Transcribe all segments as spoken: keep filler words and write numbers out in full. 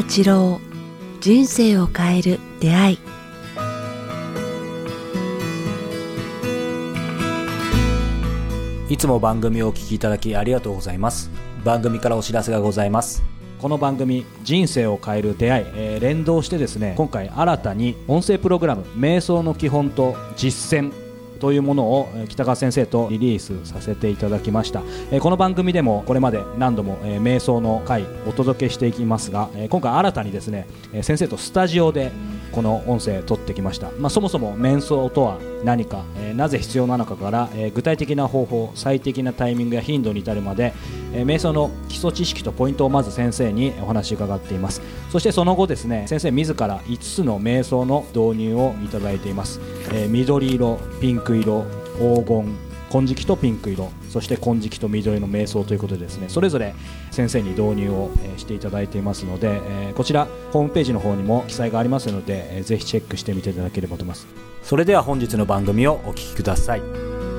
八郎、人生を変える出会い。 いつも番組をお聞きいただきありがとうございます。番組からお知らせがございます。この番組人生を変える出会い、えー、連動してですね、今回新たに音声プログラム瞑想の基本と実践というものを北川先生とリリースさせていただきました。この番組でもこれまで何度も瞑想の回お届けしていきますが、今回新たにですね、先生とスタジオでこの音声を撮ってきました。まあ、そもそも瞑想とは何か、なぜ必要なのかから具体的な方法、最適なタイミングや頻度に至るまで瞑想の基礎知識とポイントをまず先生にお話伺っています。そしてその後ですね、先生自らいつつの瞑想の導入をいただいています。えー、緑色、ピンク色、黄金、金色とピンク色、そして金色と緑の瞑想ということでですね、それぞれ先生に導入をしていただいていますので、えー、こちらホームページの方にも記載がありますので、えー、ぜひチェックしてみていただければと思います。それでは本日の番組をお聞きください。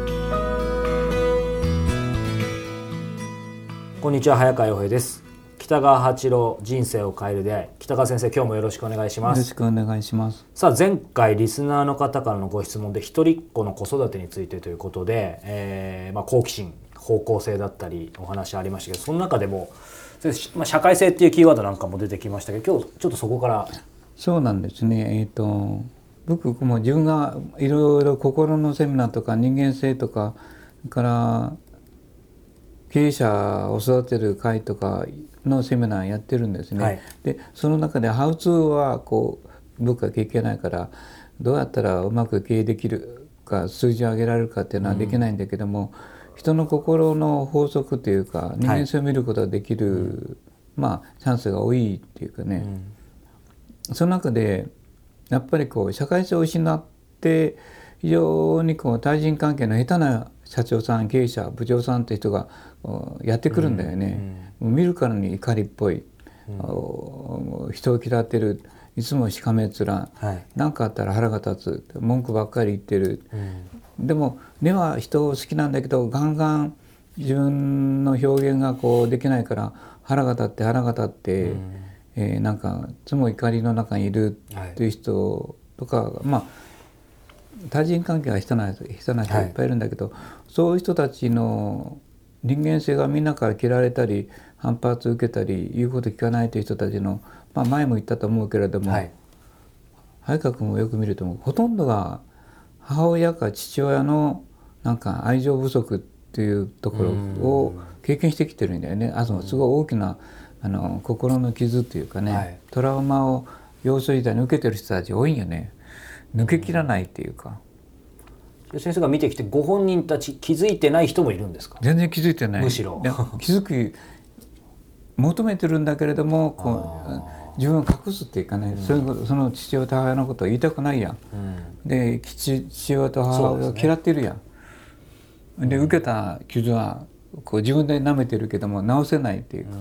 こんにちは、早川洋平です。北川八郎、人生を変える出会い。北川先生、今日もよろしくお願いします。 よろしくお願いします。 さあ、前回リスナーの方からのご質問で一人っ子の子育てについてということで、えーまあ、好奇心、方向性だったりお話ありましたけど、その中でも、まあ、社会性っていうキーワードなんかも出てきましたけど、今日ちょっとそこから。 そうなんですね。えーと、僕も自分がいろいろ心のセミナーとか人間性とかから経営者を育てる会とかのセミナーやってるんですね。はい、でその中でハウツーはこう僕は経験ないから、どうやったらうまく経営できるか数字を上げられるかっていうのはできないんだけども、うん、人の心の法則というか人間性を見ることができる、はい、まあチャンスが多いっていうかね、うん、その中でやっぱりこう社会性を失って非常にこう対人関係の下手な社長さん、経営者、部長さんって人がやってくるんだよね。うんうん、見るからに怒りっぽい、うん、人を嫌ってる、いつもしかめっ面、何、はい、かあったら腹が立つ、文句ばっかり言ってる、うん、でも根は人を好きなんだけど、ガンガン自分の表現がこうできないから腹が立って腹が立って、うん、えー、なんかいつも怒りの中にいるっていう人とか、はい、まあ対人関係が下手な人いっぱいいるんだけど、はい、そういう人たちの人間性がみんなから嫌われたり反発受けたり言うこと聞かないという人たちの、まあ、前も言ったと思うけれども、はい、早川君もよく見るとほとんどが母親か父親のなんか愛情不足っていうところを経験してきてるんだよね。あとすごい大きなあの心の傷というかね、はい、トラウマを幼少時代に受けてる人たち多いんよね。抜けきらないっていうか。 先生が見てきてご本人たち気づいてない人もいるんですか？ 全然気づいてない。 むしろ気づく求めてるんだけれども、こう自分を隠すっていうかね、うん、それその父親と母親のことを言いたくないやん、うん、で父親と母親を嫌ってるやん で,、ね、で受けた傷はこう自分で舐めてるけども治せないっていうか、うん、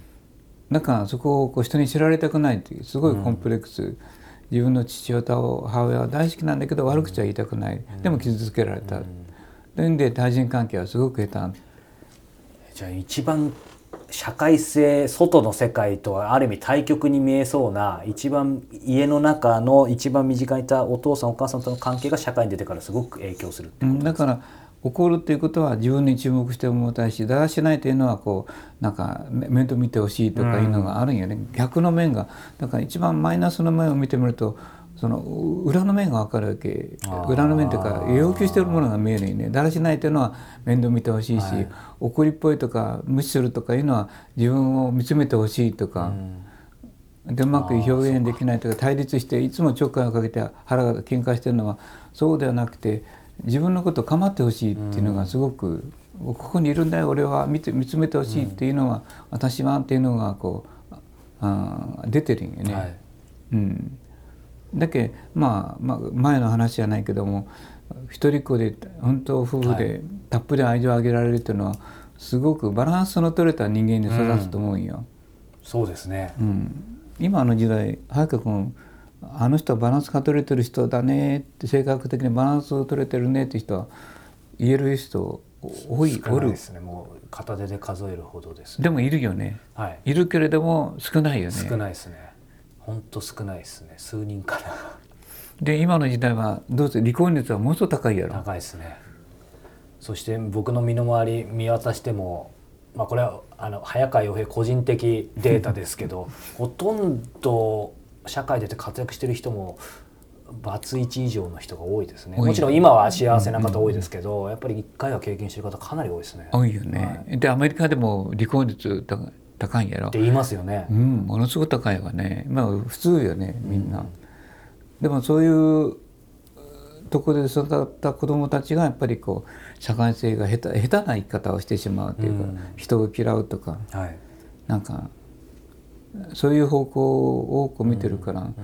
なんかそこをこう人に知られたくないっていうすごいコンプレックス、うん、自分の父親と母親は大好きなんだけど悪口は言いたくない、うん、でも傷つけられた、うん、というんで対人関係はすごく下手。 じゃあ一番社会性、外の世界とはある意味対極に見えそうな、一番家の中の一番身近にいたお父さんお母さんとの関係が社会に出てからすごく影響するってことですか？ だから怒るっていうことは自分に注目してもらいたいし、だらしないというのはこうなんか面倒見てほしいとかいうのがあるんよね、うん、逆の面が。だから一番マイナスの面を見てみるとその裏の面が分かるわけ。裏の面というか要求しているものが見えるよね。だらしないというのは面倒見てほしいし、はい、怒りっぽいとか無視するとかいうのは自分を見つめてほしいとか、うん、でうまく表現できないとか対立していつもちょっかいをかけて腹が喧嘩しているのはそうではなくて、自分のことを構ってほしいっていうのがすごく、うん、ここにいるんだよ俺は 見て見つめてほしいっていうのは、うん、私はっていうのがこうあ出てるんよね。はい、うん、だけまあ、まあ、前の話じゃないけども一人っ子で本当夫婦でたっぷり愛情をあげられるっていうのはすごくバランスの取れた人間に育つと思うんよ。 うん、そうですね、 うん、今の時代早川君あの人はバランスが取れてる人だねって性格的にバランスを取れてるねって人は言える人多い少ないですね。もう片手で数えるほどです、ね、 でもいるよね、はい、いるけれども少ないよね。 少ないですね。 本当少ないですね。数人かな。 で今の時代はどうせ離婚率はもうちょっと高いやろ。 高いですね。そして僕の身の回り見渡しても、まあ、これはあの早川洋平個人的データですけどほとんど社会で活躍してる人もバツイチ以上の人が多いですね。もちろん今は幸せな方多いですけど、うんうん、やっぱりいっかいは経験してる方かなり多いですね。 多いよね、はい、でアメリカでも離婚率高いんやろって言いますよね、 うん、ものすごく高いわね。まあ普通よねみんな、うん、でもそういうところで育った子どもたちがやっぱりこう社会性が下手、下手な生き方をしてしまうというか、うん、人を嫌うとか、はい、なんかそういう方向をこう見てるから、うんうん、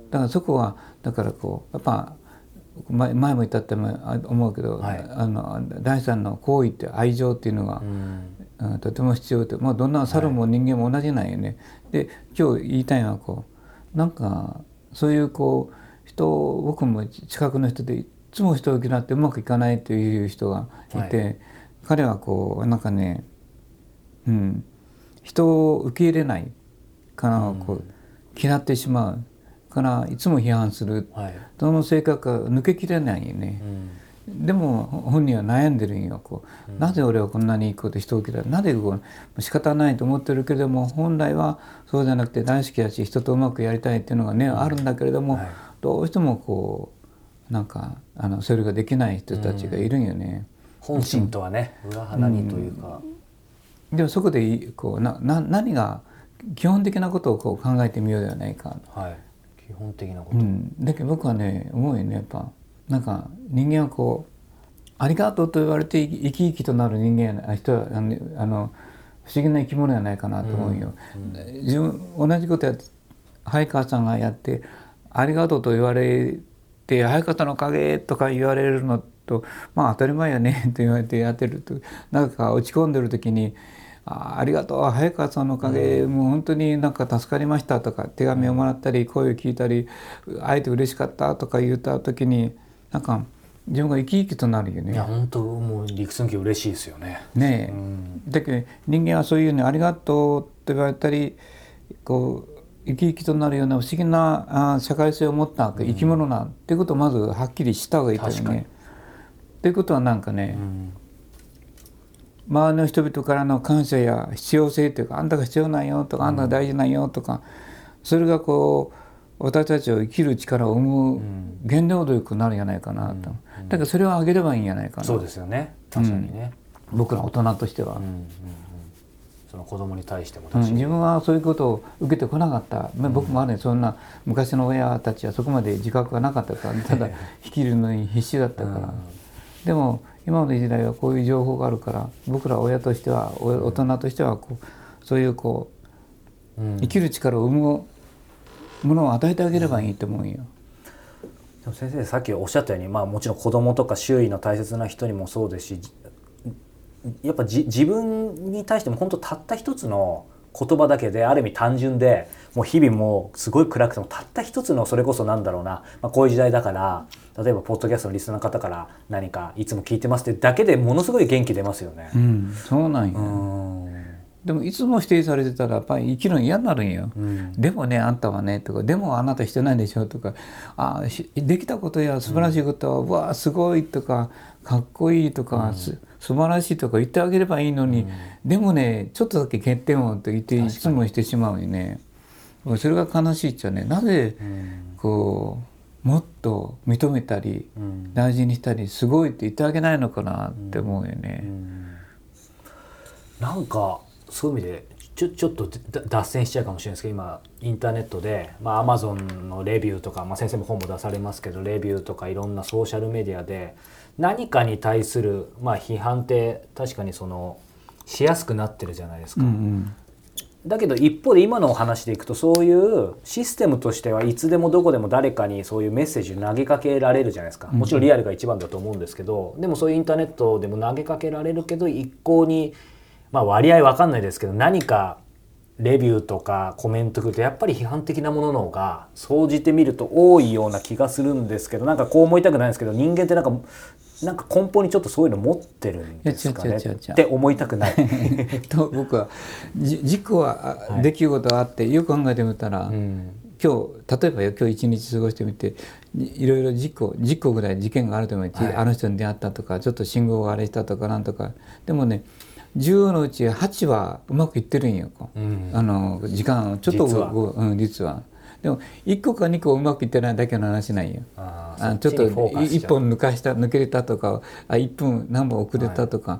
だからそこはだからこうやっぱ前も言ったって思うけど、はい、あの第三の行為って愛情っていうのが、うん、とても必要で、まあ、どんな猿も人間も同じなんよね、はい、で今日言いたいのはこうなんかそういうこう人僕も近くの人でいつも人を嫌ってうまくいかないという人がいて、はい、彼はこうなんかね、うん、人を受け入れないからこう、うん、嫌ってしまうからいつも批判する、はい、その性格が抜けきれないよね、うん、でも本人は悩んでるんよこう、うん、なぜ俺はこんなにいいこと人を嫌うなぜこう仕方ないと思ってるけれども本来はそうじゃなくて大好きだし人とうまくやりたいっていうのがね、うん、あるんだけれども、はい、どうしてもこうなんかあのそれができない人たちがいるんよね、 うん、本心とはね裏腹にというか、 うん、でもそこでこうなな何が基本的なことをこう考えてみようではないか、 はい、基本的なこと、 うん、だけど僕はね思うよねやっぱなんか人間はこうありがとうと言われて生き生きとなる人間や人はあのあの不思議な生き物じゃないかなと思うよ、うんうん、自分同じことやって早川さんがやってありがとうと言われて早川のおかげとか言われるのとまあ当たり前やねと言われてやってるとなんか落ち込んでる時に あ, ありがとう早川さんのおかげ、うん、もう本当になんか助かりましたとか手紙をもらったり声を聞いたり会えて嬉しかったとか言った時になんか自分が生き生きとなるよね。 いや本当もう陸寸家嬉しいですよね。 ねえ、うん、だけど人間はそういうねありがとうと言われたりこう生き生きとなるような不思議な社会性を持った生き物なんていうことをまずはっきりした方がいいとよね。ということはなんかね、うん、周りの人々からの感謝や必要性というかあんたが必要なんよとかあんたが大事なんよとか、うん、それがこう私たちを生きる力を生む原動力になるんじゃないかなと、うん、だからそれをあげればいいんじゃないかな。 そうですよね確かにね、 うん、僕ら大人としては、うんうんうん、 その子供に対しても確かに、うん、自分はそういうことを受けてこなかった、うん、僕もあれそんな昔の親たちはそこまで自覚がなかったからただ生きるのに必死だったから、うん、でも今の時代はこういう情報があるから僕ら親としては大人としてはこうそういうこう、うん、生きる力を生むものを与えてあげればいいと思うよ。でも先生さっきおっしゃったように、まあ、もちろん子供とか周囲の大切な人にもそうですしやっぱじ自分に対しても本当たった一つの言葉だけである意味単純でもう日々もうすごい暗くてもたった一つのそれこそなんだろうな、まあ、こういう時代だから例えばポッドキャストのリスナーの方から何かいつも聞いてますってだけでものすごい元気出ますよね。 うん、そうなんよ。うんでもいつも否定されてたらやっぱり生きるの嫌になるんよ、うん、でもねあんたはねとかでもあなたしてないでしょとかあできたことや素晴らしいことは、うん、わあすごいとかかっこいいとか、うん、す素晴らしいとか言ってあげればいいのに、うん、でもねちょっとだけ欠点をと言っていつもしてしまうよね。それが悲しいっちゃねなぜこうもっと認めたり、うん、大事にしたりすごいって言ってあげないのかなって思うよね、うんうん、 なんかそういう意味でちょ、ちょっと脱線しちゃうかもしれないですけど今インターネットで、まあ、Amazon のレビューとか、まあ、先生も本も出されますけどレビューとかいろんなソーシャルメディアで何かに対する、まあ、批判って確かにそのしやすくなってるじゃないですか、うんうん、だけど一方で今のお話でいくとそういうシステムとしてはいつでもどこでも誰かにそういうメッセージを投げかけられるじゃないですか。もちろんリアルが一番だと思うんですけど、うん、でもそういうインターネットでも投げかけられるけど一向にまあ割合わかんないですけど何かレビューとかコメント来るとやっぱり批判的なものの方が総じて見ると多いような気がするんですけどなんかこう思いたくないんですけど人間ってなんかなんか根本にちょっとそういうの持ってるんですかねって思いたくないと僕はじ事故は出来事があってよく考えてみたら、うん、 今日例えばよ今日一日過ごしてみていろいろ事故じゅっこぐらい事件があると思う、はい、あの人に出会ったとかちょっと信号があれしたとかなんとかでもねじゅうのうちはちはうまくいってるんよ、うん、あの時間ちょっと実は、うん、実はでもいっこかにこうまくいってないだけの話ないよ。ああちょっといっぽん抜かした抜けれたとかあいっぷん何本遅れたとか、はい、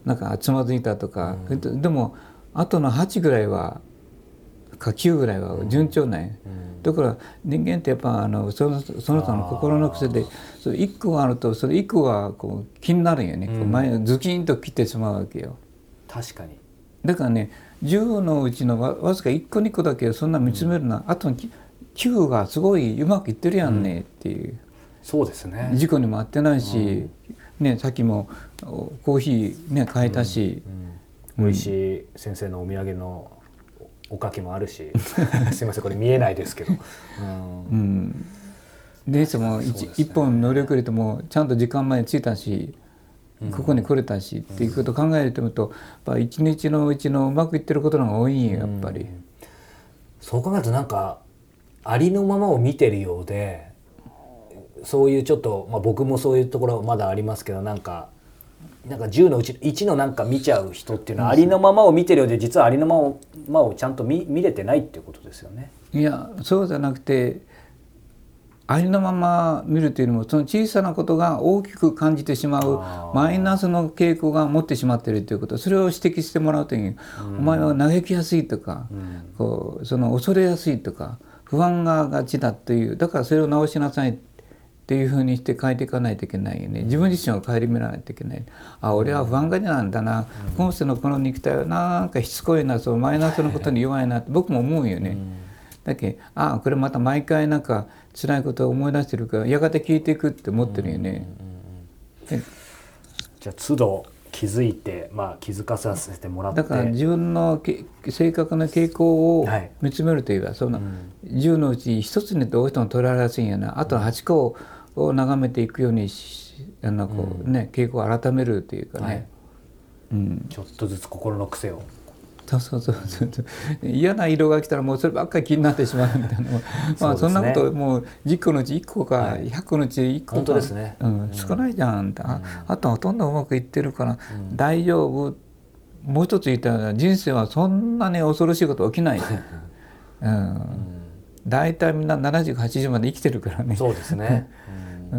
なんかつまずいたとか、うん、でもあとのはちぐらいはかきゅうぐらいは順調なんや、うん、だから人間ってやっぱあのそのその人の心の癖でそれいっこがあるとそれいっこがこう気になるんよね、うん、前ズキンと切ってしまうわけよ。 確かにだからねじゅうのうちの わ, わずかいっこにこだけそんな見つめるな、うん、あとのきゅうがすごいうまくいってるやんねっていう、うん、 そうですね事故にも遭ってないし、うんね、さっきもコーヒー、ね、買えたし、 うんうん、美味しい先生のお土産のおかきもあるしすいませんこれ見えないですけど、うんうん、 でいつも 1, ね、いっぽん乗り遅れてもちゃんと時間前に着いたし、うん、ここに来れたし、うん、っていうことを考えてみるとやっぱ一日のうちのうまくいってることの方が多いんよやっぱり、うん、 そう考えるとなんかありのままを見てるようでそういうちょっと、まあ、僕もそういうところまだありますけどなんかなんかじゅうのうちいちのなんか見ちゃう人っていうのはありのままを見てるようで実はありのままをちゃんと 見, 見れてないっていうことですよね。 いやそうじゃなくてありのまま見るというよりもその小さなことが大きく感じてしまうマイナスの傾向が持ってしまっているということそれを指摘してもらうという、うん、お前は嘆きやすいとか、うん、こうその恐れやすいとか不安ががちだというだからそれを直しなさいっていうふうにして変えていかないといけないよね。自分自身を顧みらないといけない。あ俺は不安がちなんだな、うん、今世のこの肉体はなんかしつこいなそうマイナスのことに弱いなって僕も思うよね、うん、だけどあこれまた毎回なんか辛いことを思い出してるからやがて聞いていくって思ってるよね、うんうん、 じゃあ都度気づいて、まあ、気づかさせてもらってだから自分の性格の傾向を見つめるというか、はい、そのじゅうのうちひとつにどうしても捉えられやすいんやなあとのはちこを眺めていくようにあのこう、ね、傾向を改めるというかね、はいうん、ちょっとずつ心の癖をそうそうそうそう嫌な色が来たらもうそればっかり気になってしまうみたいなまあそんなこともうじゅっこのうちいっこかひゃっこのうちいっこか、 本当ですね、 うん、少ないじゃんって、うん、あ, あとはほとんどうまくいってるから大丈夫、もう一つ言ったら人生はそんなに恐ろしいこと起きない、うんうん、大体みんなななじゅうはちじゅうまで生きてるからねそうですね、うん、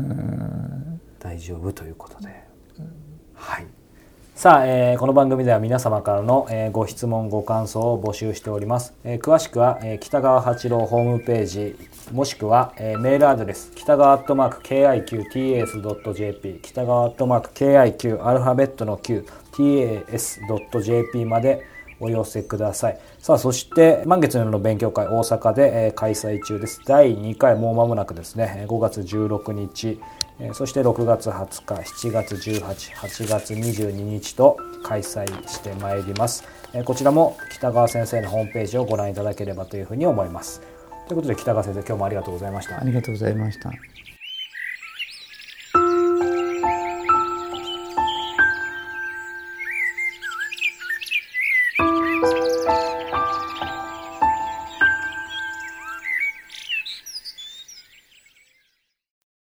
大丈夫ということで、はいさあ、えー、この番組では皆様からの、えー、ご質問ご感想を募集しております、えー、詳しくは、えー、北川八郎ホームページもしくは、えー、メールアドレス北川アットマーク ケーアイキューティーエーエスドットジェーピー 北川アットマーク ケーアイキュー アルファベットの Q ティーエーエスドットジェーピー までお寄せください。さあそして満月の夜の勉強会大阪で、えー、開催中です。だいにかいもう間もなくですねごがつじゅうろくにちそしてろくがつはつか、しちがつじゅうはち、はちがつにじゅうににちと開催してまいります。こちらも北川先生のホームページをご覧いただければというふうに思います。ということで北川先生今日もありがとうございました。 ありがとうございました。